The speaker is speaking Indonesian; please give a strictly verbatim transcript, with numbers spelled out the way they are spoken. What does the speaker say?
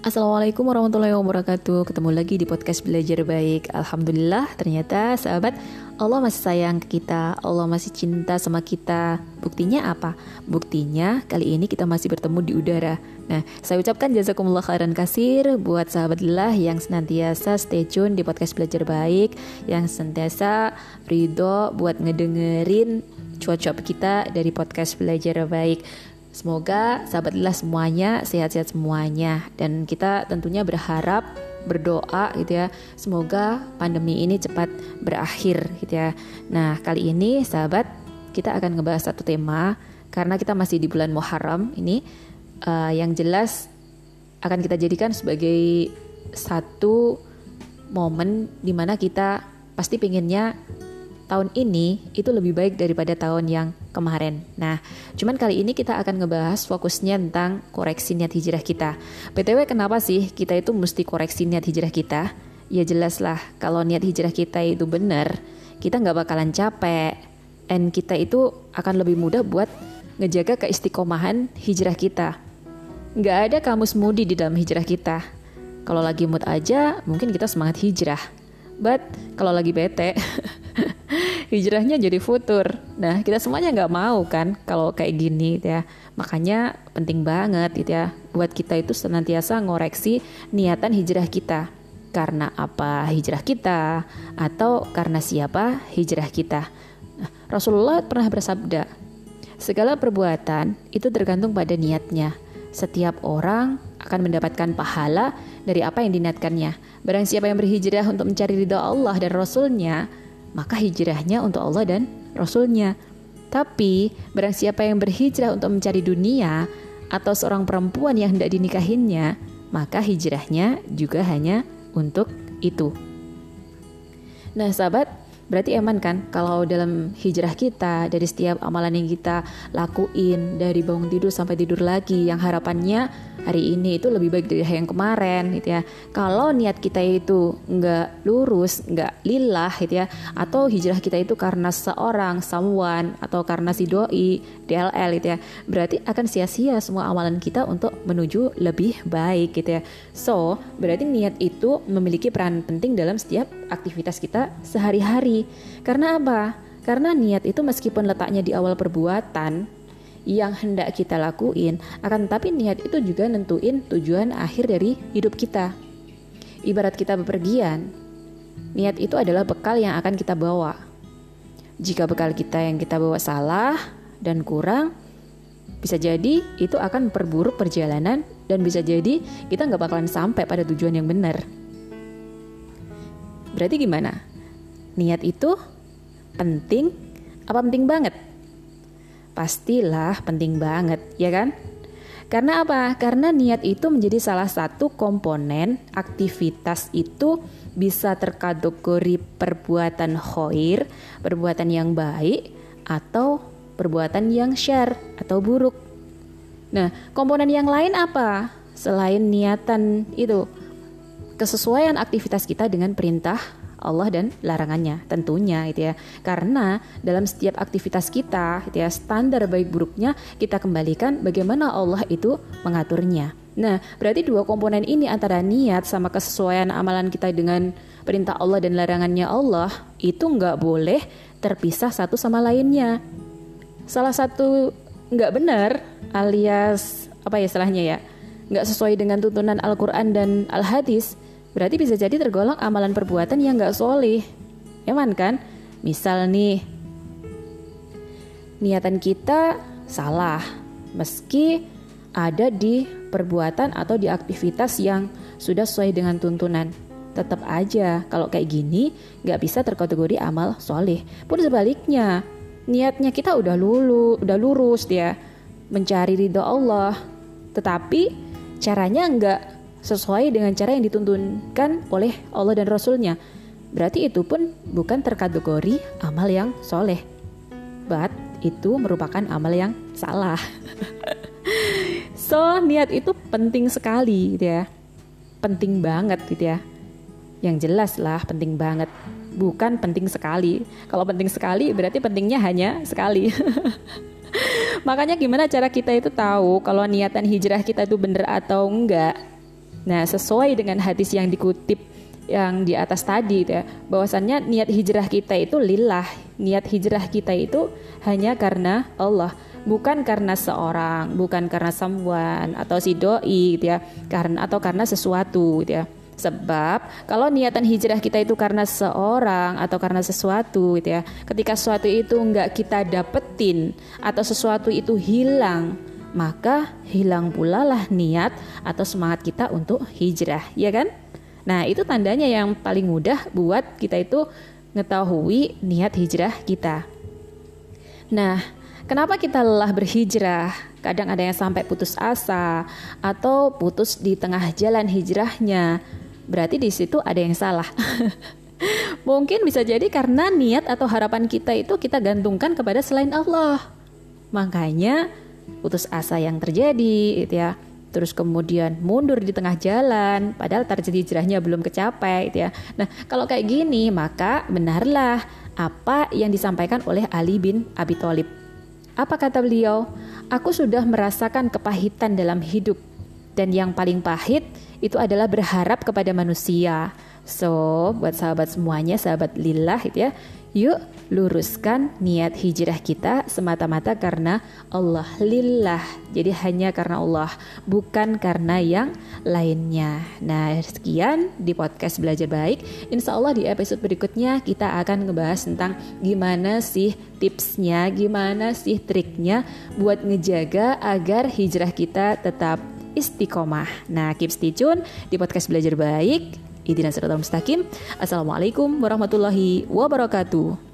Assalamualaikum warahmatullahi wabarakatuh. Ketemu lagi di podcast Belajar Baik. Alhamdulillah, ternyata sahabat, Allah masih sayang ke kita, Allah masih cinta sama kita. Buktinya apa? Buktinya kali ini kita masih bertemu di udara. Nah, saya ucapkan jazakumullah khairan kasir buat sahabat lillah yang senantiasa stay tune di podcast Belajar Baik, yang senantiasa ridho buat ngedengerin cuap-cuap kita dari podcast Belajar Baik. Semoga sahabat lillah semuanya sehat-sehat semuanya, dan kita tentunya berharap, berdoa gitu ya, semoga pandemi ini cepat berakhir gitu ya. Nah, kali ini sahabat, kita akan ngebahas satu tema karena kita masih di bulan Muharram ini, uh, yang jelas akan kita jadikan sebagai satu momen dimana kita pasti pengennya tahun ini itu lebih baik daripada tahun yang kemarin. Nah, cuman kali ini kita akan ngebahas fokusnya tentang koreksi niat hijrah kita. B T W, kenapa sih kita itu mesti koreksi niat hijrah kita? Ya jelas lah, kalau niat hijrah kita itu benar, kita gak bakalan capek, dan kita itu akan lebih mudah buat ngejaga keistiqomahan hijrah kita. Gak ada kamus mudi di dalam hijrah kita. Kalau lagi mood aja, mungkin kita semangat hijrah. But kalau lagi bete, hijrahnya jadi futur. Nah, kita semuanya nggak mau kan kalau kayak gini gitu ya. Makanya penting banget gitu ya buat kita itu senantiasa ngoreksi niatan hijrah kita. Karena apa hijrah kita, atau karena siapa hijrah kita. Nah, Rasulullah pernah bersabda, segala perbuatan itu tergantung pada niatnya. Setiap orang akan mendapatkan pahala dari apa yang diniatkannya. Barang siapa yang berhijrah untuk mencari ridha Allah dan Rasulnya, maka hijrahnya untuk Allah dan Rasulnya. Tapi barang siapa yang berhijrah untuk mencari dunia atau seorang perempuan yang hendak dinikahinya, maka hijrahnya juga hanya untuk itu. Nah sahabat, berarti aman kan kalau dalam hijrah kita, dari setiap amalan yang kita lakuin, dari bangun tidur sampai tidur lagi, yang harapannya hari ini itu lebih baik dari yang kemarin gitu ya. Kalau niat kita itu nggak lurus, nggak lillah gitu ya, atau hijrah kita itu karena seorang, someone, atau karena si doi, D L L gitu ya, berarti akan sia-sia semua amalan kita untuk menuju lebih baik gitu ya. So, berarti niat itu memiliki peran penting dalam setiap aktivitas kita sehari-hari. Karena apa? Karena niat itu meskipun letaknya di awal perbuatan yang hendak kita lakuin, akan tetapi niat itu juga nentuin tujuan akhir dari hidup kita. Ibarat kita bepergian, niat itu adalah bekal yang akan kita bawa. Jika bekal kita yang kita bawa salah dan kurang, bisa jadi itu akan memperburuk perjalanan, dan bisa jadi kita gak bakalan sampai pada tujuan yang benar. Berarti gimana? Niat itu penting apa penting banget? Pastilah penting banget, ya kan? Karena apa? Karena niat itu menjadi salah satu komponen aktivitas itu bisa terkategori perbuatan khair, perbuatan yang baik, atau perbuatan yang syarr atau buruk. Nah, komponen yang lain apa? Selain niatan itu, kesesuaian aktivitas kita dengan perintah Allah dan larangannya tentunya gitu ya. Karena dalam setiap aktivitas kita gitu ya, standar baik buruknya kita kembalikan bagaimana Allah itu mengaturnya. Nah, berarti dua komponen ini antara niat sama kesesuaian amalan kita dengan perintah Allah dan larangannya Allah itu nggak boleh terpisah satu sama lainnya. Salah satu nggak benar alias apa ya istilahnya ya, nggak sesuai dengan tuntunan Al-Quran dan Al-Hadis, berarti bisa jadi tergolong amalan perbuatan yang gak soleh. Eman kan? Misal nih, niatan kita salah meski ada di perbuatan atau di aktivitas yang sudah sesuai dengan tuntunan. Tetap aja kalau kayak gini gak bisa terkategori amal soleh. Pun sebaliknya, niatnya kita udah lulu, udah lurus dia mencari ridha Allah, tetapi caranya gak sesuai dengan cara yang dituntunkan oleh Allah dan Rasulnya, berarti itu pun bukan terkategori amal yang soleh, but itu merupakan amal yang salah. So, niat itu penting sekali gitu ya, penting banget gitu ya. Yang jelas lah penting banget, bukan penting sekali. Kalau penting sekali berarti pentingnya hanya sekali. Makanya gimana cara kita itu tahu kalau niatan hijrah kita itu benar atau enggak? Nah, sesuai dengan hadis yang dikutip yang di atas tadi ya, bahwasannya niat hijrah kita itu lillah, niat hijrah kita itu hanya karena Allah, bukan karena seorang, bukan karena someone atau si doi gitu ya, karena atau karena sesuatu gitu ya. Sebab kalau niatan hijrah kita itu karena seorang atau karena sesuatu gitu ya, ketika sesuatu itu enggak kita dapetin atau sesuatu itu hilang, maka hilang pula lah niat atau semangat kita untuk hijrah, ya kan? Nah, itu tandanya yang paling mudah buat kita itu ngetahui niat hijrah kita. Nah, kenapa kita lelah berhijrah? Kadang ada yang sampai putus asa atau putus di tengah jalan hijrahnya. Berarti di situ ada yang salah. Mungkin bisa jadi karena niat atau harapan kita itu kita gantungkan kepada selain Allah. Makanya putus asa yang terjadi gitu ya. Terus kemudian mundur di tengah jalan padahal target hijrahnya belum kecapai gitu ya. Nah, kalau kayak gini maka benarlah apa yang disampaikan oleh Ali bin Abi Thalib. Apa kata beliau? Aku sudah merasakan kepahitan dalam hidup, dan yang paling pahit itu adalah berharap kepada manusia. So, buat sahabat semuanya, sahabat lillah gitu ya, yuk luruskan niat hijrah kita semata-mata karena Allah, lillah. Jadi hanya karena Allah, bukan karena yang lainnya. Nah, sekian di podcast Belajar Baik. Insya Allah di episode berikutnya kita akan ngebahas tentang gimana sih tipsnya, gimana sih triknya buat ngejaga agar hijrah kita tetap istiqomah. Nah, keep stay tune di podcast Belajar Baik. Ihdinas siratal mustaqim. Assalamualaikum warahmatullahi wabarakatuh.